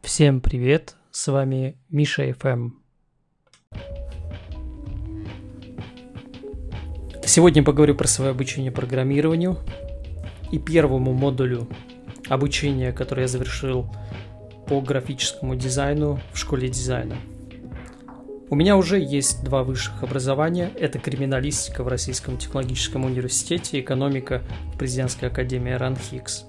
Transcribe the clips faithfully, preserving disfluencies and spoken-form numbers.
Всем привет, с вами Миша эф эм. Сегодня поговорю про свое обучение программированию и первому модулю обучения, который я завершил по графическому дизайну в школе дизайна. У меня уже есть два высших образования. Это криминалистика в Российском технологическом университете и экономика в Президентской академии РАНХИКС.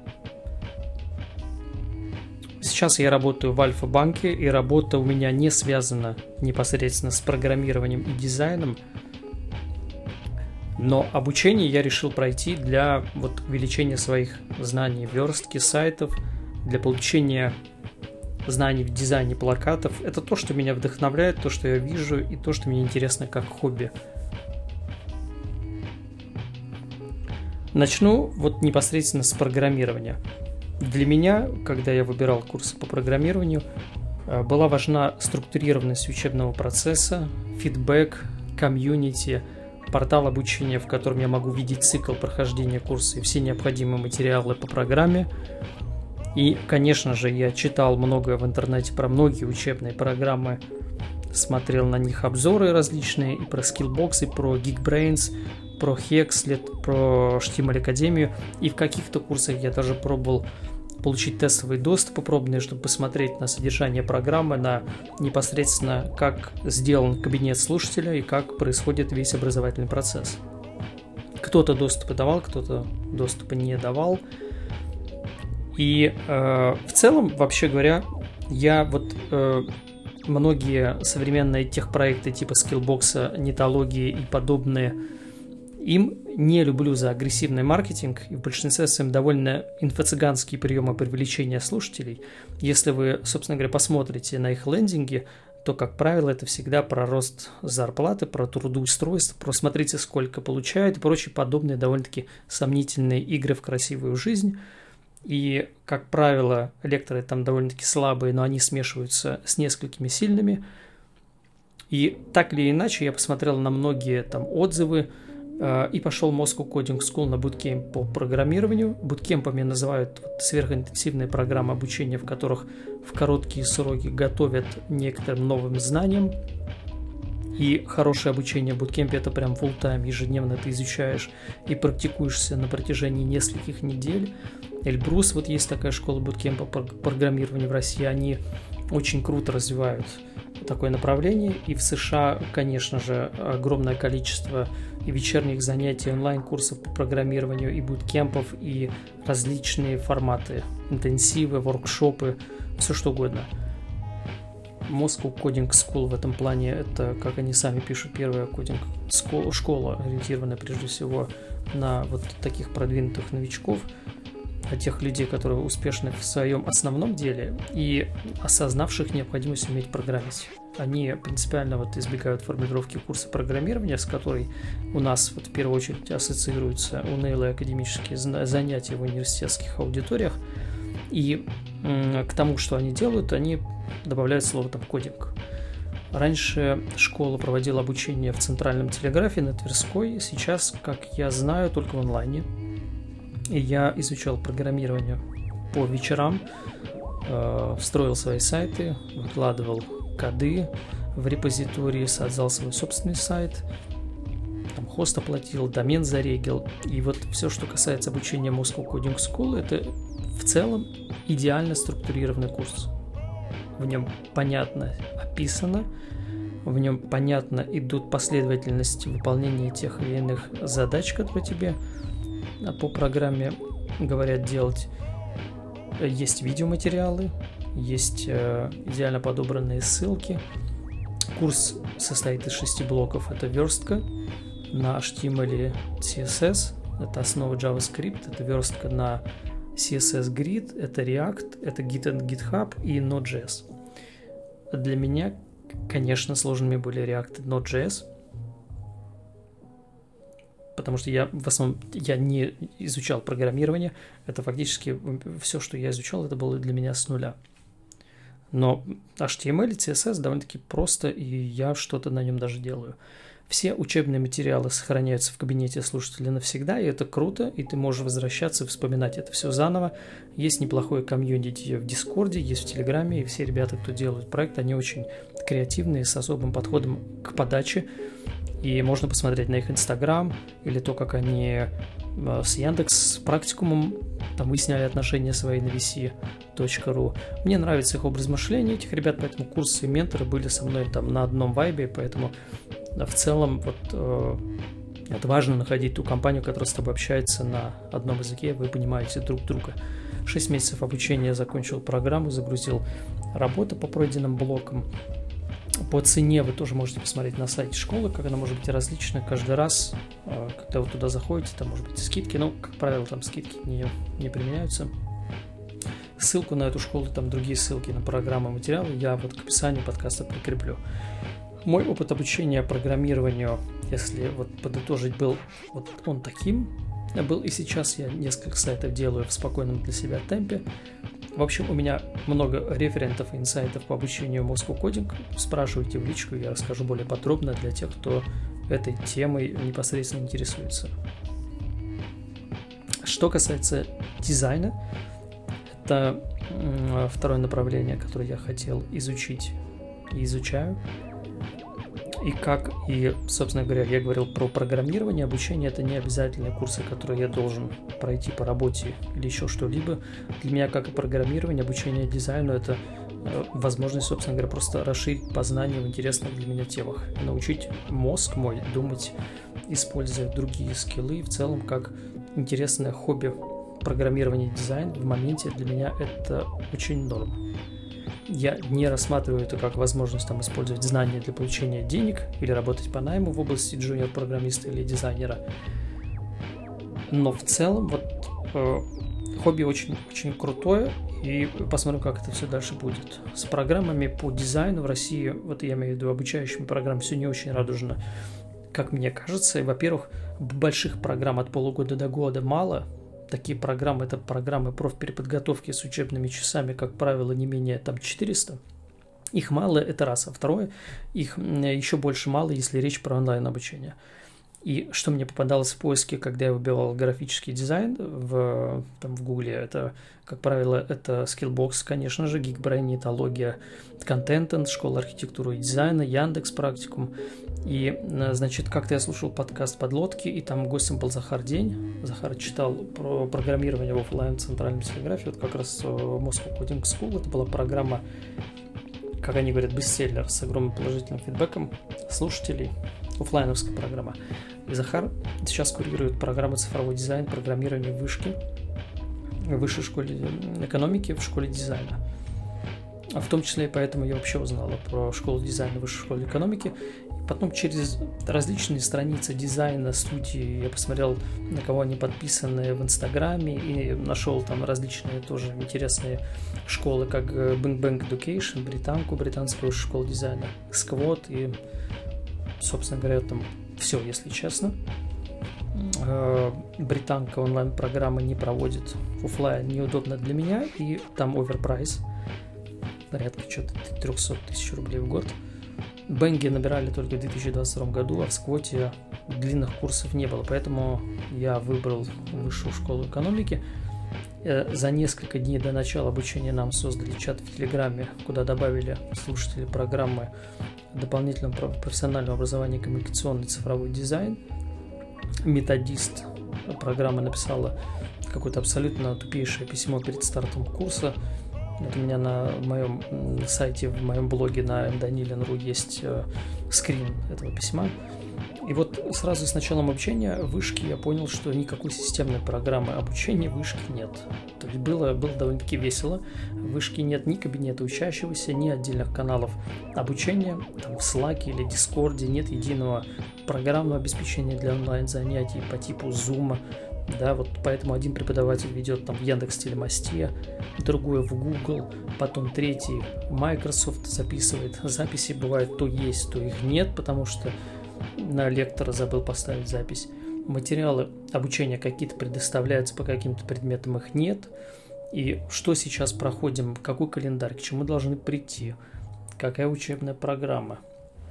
Сейчас я работаю в Альфа-банке, и работа у меня не связана непосредственно с программированием и дизайном, но обучение я решил пройти для вот увеличения своих знаний в верстке сайтов, для получения знаний в дизайне плакатов. Это то, что меня вдохновляет, то, что я вижу, и то, что мне интересно как хобби. Начну вот непосредственно с программирования. Для меня, когда я выбирал курсы по программированию, была важна структурированность учебного процесса, фидбэк, комьюнити, портал обучения, в котором я могу видеть цикл прохождения курса и все необходимые материалы по программе. И, конечно же, я читал многое в интернете про многие учебные программы, смотрел на них обзоры различные и про Skillbox, и про Geekbrains, про Hexlet, про эйч ти эм эль Академию, и в каких-то курсах я даже пробовал получить тестовый доступ пробный, чтобы посмотреть на содержание программы, на непосредственно как сделан кабинет слушателя и как происходит весь образовательный процесс. Кто-то доступы давал, кто-то доступа не давал. И э, в целом, вообще говоря, я вот э, многие современные техпроекты типа Skillbox, Нетологии и подобные, им не люблю за агрессивный маркетинг, и в большинстве своем довольно инфо-цыганские приемы привлечения слушателей. Если вы, собственно говоря, посмотрите на их лендинги, то, как правило, это всегда про рост зарплаты, про трудоустройство, про смотрите, сколько получают и прочие подобные довольно-таки сомнительные игры в красивую жизнь. И, как правило, лекторы там довольно-таки слабые, но они смешиваются с несколькими сильными. И так или иначе я посмотрел на многие там отзывы, и пошел в Moscow Coding School на буткемп по программированию. Буткемпами называют вот сверхинтенсивные программы обучения, в которых в короткие сроки готовят некоторым новым знаниям. И хорошее обучение в буткемпе – это прям full time, ежедневно ты изучаешь и практикуешься на протяжении нескольких недель. Эльбрус, вот есть такая школа буткемпа по программированию в России, они очень круто развивают такое направление. И в США, конечно же, огромное количество и вечерних занятий, онлайн-курсов по программированию, и буткемпов, и различные форматы, интенсивы, воркшопы, все что угодно. Moscow Coding School в этом плане, это, как они сами пишут, первая кодинг-школа, ориентированная прежде всего на вот таких продвинутых новичков, а тех людей, которые успешны в своем основном деле и осознавших необходимость уметь программить. Они принципиально вот избегают формулировки курса программирования, с которой у нас вот в первую очередь ассоциируются унылые академические занятия в университетских аудиториях. И м- к тому, что они делают, они добавляют слово там кодинг. Раньше школа проводила обучение в Центральном телеграфе на Тверской, сейчас, как я знаю, только в онлайне. И я изучал программирование по вечерам, э, строил свои сайты, выкладывал коды в репозитории, создал свой собственный сайт, там хост оплатил, домен зарегил. И вот все, что касается обучения Moscow Coding School, это в целом идеально структурированный курс. В нем понятно описано, в нем понятно идут последовательности выполнения тех или иных задач, которые тебе по программе говорят делать. Есть видеоматериалы, есть э, идеально подобранные ссылки. Курс состоит из шести блоков. Это верстка на эйч ти эм эль и си эс эс, это основа JavaScript, это верстка на си эс эс Grid, это React, это Git and GitHub и Node.js. Для меня, конечно, сложными были React и Node.js, потому что я в основном я не изучал программирование. Это фактически все, что я изучал, это было для меня с нуля. Но эйч ти эм эль и си эс эс довольно-таки просто, и я что-то на нем даже делаю. Все учебные материалы сохраняются в кабинете слушателя навсегда, и это круто, и ты можешь возвращаться и вспоминать это все заново. Есть неплохое комьюнити в Дискорде, есть в Телеграме, и все ребята, кто делают проект, они очень креативные, с особым подходом к подаче, и можно посмотреть на их Инстаграм или то, как они с Яндекс практикумом там выясняли отношения свои на ви си точка ру. Мне нравится их образ мышления этих ребят, поэтому курсы и менторы были со мной там на одном вайбе, поэтому в целом вот э, это важно находить ту компанию, которая с тобой общается на одном языке, вы понимаете друг друга. Шесть месяцев обучения, закончил программу, загрузил работу по пройденным блокам. По цене вы тоже можете посмотреть на сайте школы, как она может быть различна каждый раз, когда вы туда заходите, там может быть скидки, но, как правило, там скидки не, не применяются. Ссылку на эту школу, там другие ссылки на программы, материалы я вот к описанию подкаста прикреплю. Мой опыт обучения программированию, если вот подытожить, был вот он таким, был и сейчас я несколько сайтов делаю в спокойном для себя темпе. В общем, у меня много референтов и инсайтов по обучению Moscow Coding. Спрашивайте в личку, я расскажу более подробно для тех, кто этой темой непосредственно интересуется. Что касается дизайна, это второе направление, которое я хотел изучить и изучаю. И как, и, собственно говоря, я говорил про программирование, обучение — это не обязательные курсы, которые я должен пройти по работе или еще что-либо. Для меня, как и программирование, обучение дизайну — это возможность, собственно говоря, просто расширить познание в интересных для меня темах, научить мозг мой думать, используя другие скиллы, и в целом как интересное хобби программирование и дизайн в моменте для меня это очень норм. Я не рассматриваю это как возможность там использовать знания для получения денег или работать по найму в области джуниор-программиста или дизайнера. Но в целом вот э, хобби очень-очень крутое, и посмотрим, как это все дальше будет. С программами по дизайну в России, вот я имею в виду обучающими программами, все не очень радужно, как мне кажется. И, во-первых, больших программ от полугода до года мало. Такие программы — это программы профпереподготовки с учебными часами, как правило, не менее там четыреста. Их мало, это раз. А второе, их еще больше мало, если речь про онлайн-обучение. И что мне попадалось в поиске, когда я выбивал графический дизайн в, там, в Гугле, это, как правило, это Skillbox, конечно же, Geekbrain, Нетология, Contentant, Школа архитектуры и дизайна, Яндекс практикум. И, значит, как-то я слушал подкаст «Подлодки», и там гостем был Захар День. Захар читал про программирование в офлайн центральной телеграфии, вот как раз Moscow Coding School. Это была программа, как они говорят, бестселлер с огромным положительным фидбэком слушателей, офлайновская программа. И Захар сейчас курирует программу «Цифровой дизайн», программирование в Вышке, в высшей школе экономики, в школе дизайна. А в том числе и поэтому я вообще узнала про школу дизайна в высшей школе экономики. Потом через различные страницы дизайна, студии я посмотрел, на кого они подписаны в Инстаграме, и нашел там различные тоже интересные школы, как Bing Bang Education, британку, британскую школу дизайна, Squad, и, собственно говоря, там все, если честно. Британка онлайн-программа не проводит офлайн, неудобно для меня, и там оверпрайс, порядка что-то триста тысяч рублей в год. Бенги набирали только в две тысячи двадцать втором году, а в Сквоте длинных курсов не было, поэтому я выбрал высшую школу экономики. За несколько дней до начала обучения нам создали чат в Телеграме, куда добавили слушатели программы дополнительного профессионального образования коммуникационный цифровой дизайн. Методист программы написала какое-то абсолютно тупейшее письмо перед стартом курса. Вот у меня на моем сайте, в моем блоге на эм данилин точка ру есть э, скрин этого письма. И вот сразу с началом обучения в Вышке я понял, что никакой системной программы обучения в Вышке нет. То есть было, было довольно-таки весело. В Вышке нет ни кабинета учащегося, ни отдельных каналов обучения. Там в Slack или Discord нет единого программного обеспечения для онлайн-занятий по типу Zoom. Да, вот поэтому один преподаватель ведет там в Яндекс.Телемосте, другой в Google, потом третий Microsoft записывает. Записи бывают то есть, то их нет, потому что на лектора забыл поставить запись. Материалы обучения какие-то предоставляются, по каким-то предметам их нет. И что сейчас проходим, какой календарь, к чему должны прийти, какая учебная программа.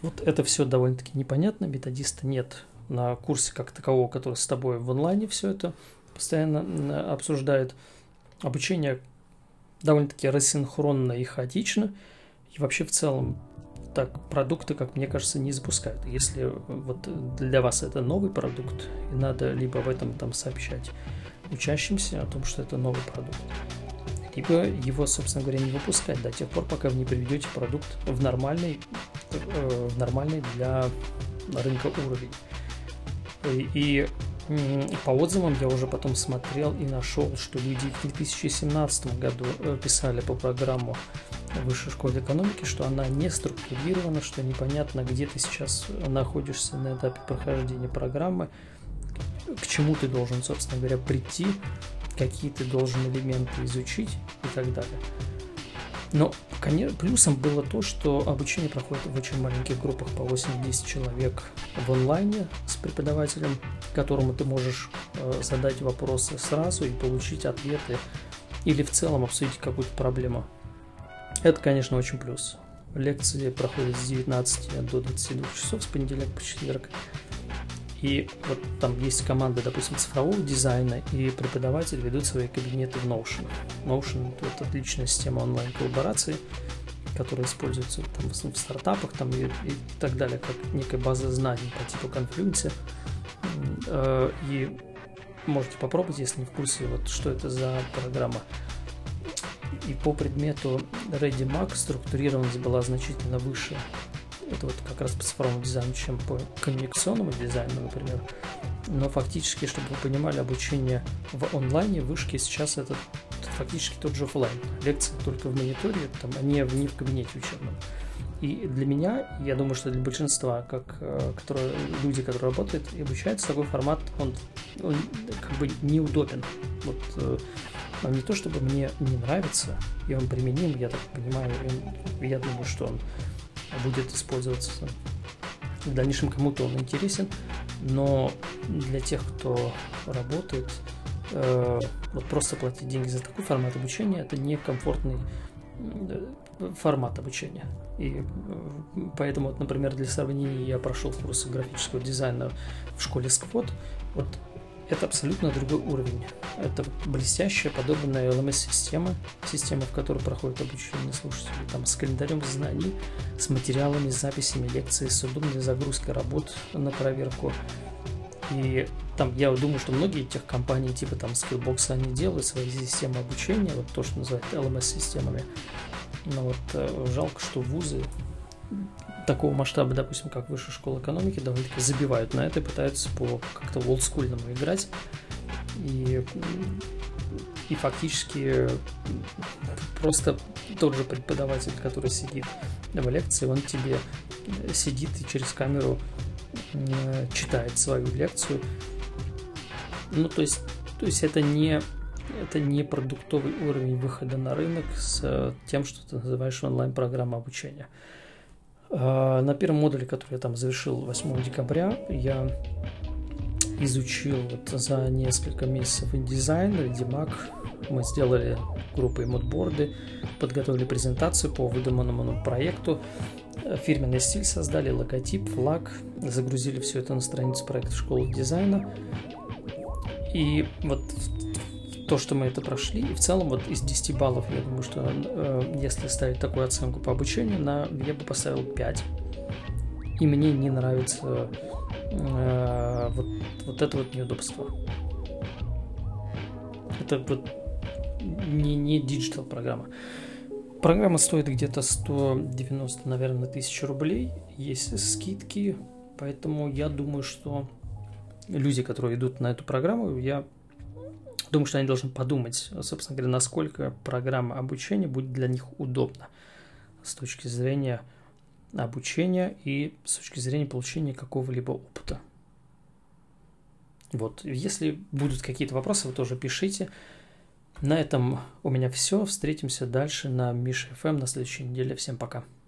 Вот это все довольно-таки непонятно, методиста нет на курсе как такового, который с тобой в онлайне все это постоянно обсуждает. Обучение довольно-таки рассинхронно и хаотично, и вообще в целом так продукты, как мне кажется, не запускают. Если вот для вас это новый продукт, и надо либо об этом там сообщать учащимся о том, что это новый продукт, либо его, собственно говоря, не выпускать до тех пор, пока вы не приведете продукт в нормальный, в нормальный для рынка уровень. И, и по отзывам я уже потом смотрел и нашел, что люди в две тысячи семнадцатом году писали по программу Высшей школы экономики, что она не структурирована, что непонятно, где ты сейчас находишься на этапе прохождения программы, к чему ты должен, собственно говоря, прийти, какие ты должен элементы изучить и так далее. Но, конечно, плюсом было то, что обучение проходит в очень маленьких группах по восемь-десять человек в онлайне с преподавателем, которому ты можешь э, задать вопросы сразу и получить ответы или в целом обсудить какую-то проблему. Это, конечно, очень плюс. Лекции проходят с девятнадцати до двадцати двух часов с понедельника по четверг. И вот там есть команда, допустим, цифрового дизайна, и преподаватели ведут свои кабинеты в Notion. Notion – это отличная система онлайн-коллаборации, которая используется там, в стартапах там, и, и так далее, как некая база знаний по типу Confluence. И можете попробовать, если не в курсе, вот, что это за программа. И по предмету ReadyMac структурированность была значительно выше. Это вот как раз по цифровому дизайну, чем по коммуникационному дизайну, например. Но фактически, чтобы вы понимали, обучение в онлайне, в вышке сейчас это фактически тот же офлайн. Лекции только в мониторе, там, а не в, не в кабинете учебном. И для меня, я думаю, что для большинства, как которые, люди, которые работают и обучаются, такой формат, он, он как бы неудобен. Вот, он не то чтобы мне не нравится, и он применим, я так понимаю, и я думаю, что он будет использоваться в дальнейшем, кому-то он интересен, но для тех, кто работает, э, вот просто платить деньги за такой формат обучения, это некомфортный формат обучения. И поэтому, вот, например, для сравнения, я прошел курсы графического дизайна в школе Сквот. Вот это абсолютно другой уровень. Это блестящая, подобная эл эм эс-система, система, в которой проходит обучение слушателей, там, с календарем знаний, с материалами, с записями лекций, с удобной загрузкой работ на проверку. И там, я думаю, что многие тех компаний, типа там Skillbox, они делают свои системы обучения, вот то, что называют эл эм эс-системами. Но вот э, жалко, что вузы такого масштаба, допустим, как Высшая школа экономики, довольно-таки забивают на это и пытаются по как-то олдскульному играть. И, и фактически просто тот же преподаватель, который сидит в лекции, он тебе сидит и через камеру э, читает свою лекцию. Ну, то есть, то есть это не, это не продуктовый уровень выхода на рынок с тем, что ты называешь онлайн-программой обучения. На первом модуле, который я там завершил восьмого декабря, я изучил вот за несколько месяцев InDesign, ReadyMac. Мы сделали группой модборды, подготовили презентацию по выдуманному проекту, фирменный стиль создали, логотип, флаг, загрузили все это на страницу проекта школы дизайна. И вот то, что мы это прошли, и в целом вот из десяти баллов, я думаю, что э, если ставить такую оценку по обучению, на, я бы поставил пять. И мне не нравится э, вот, вот это вот неудобство. Это вот не, не диджитал программа. Программа стоит где-то сто девяносто, наверное, тысяч рублей. Есть скидки, поэтому я думаю, что люди, которые идут на эту программу, я думаю, что они должны подумать, собственно говоря, насколько программа обучения будет для них удобна с точки зрения обучения и с точки зрения получения какого-либо опыта. Вот, если будут какие-то вопросы, вы тоже пишите. На этом у меня все. Встретимся дальше на Миша эф эм на следующей неделе. Всем пока.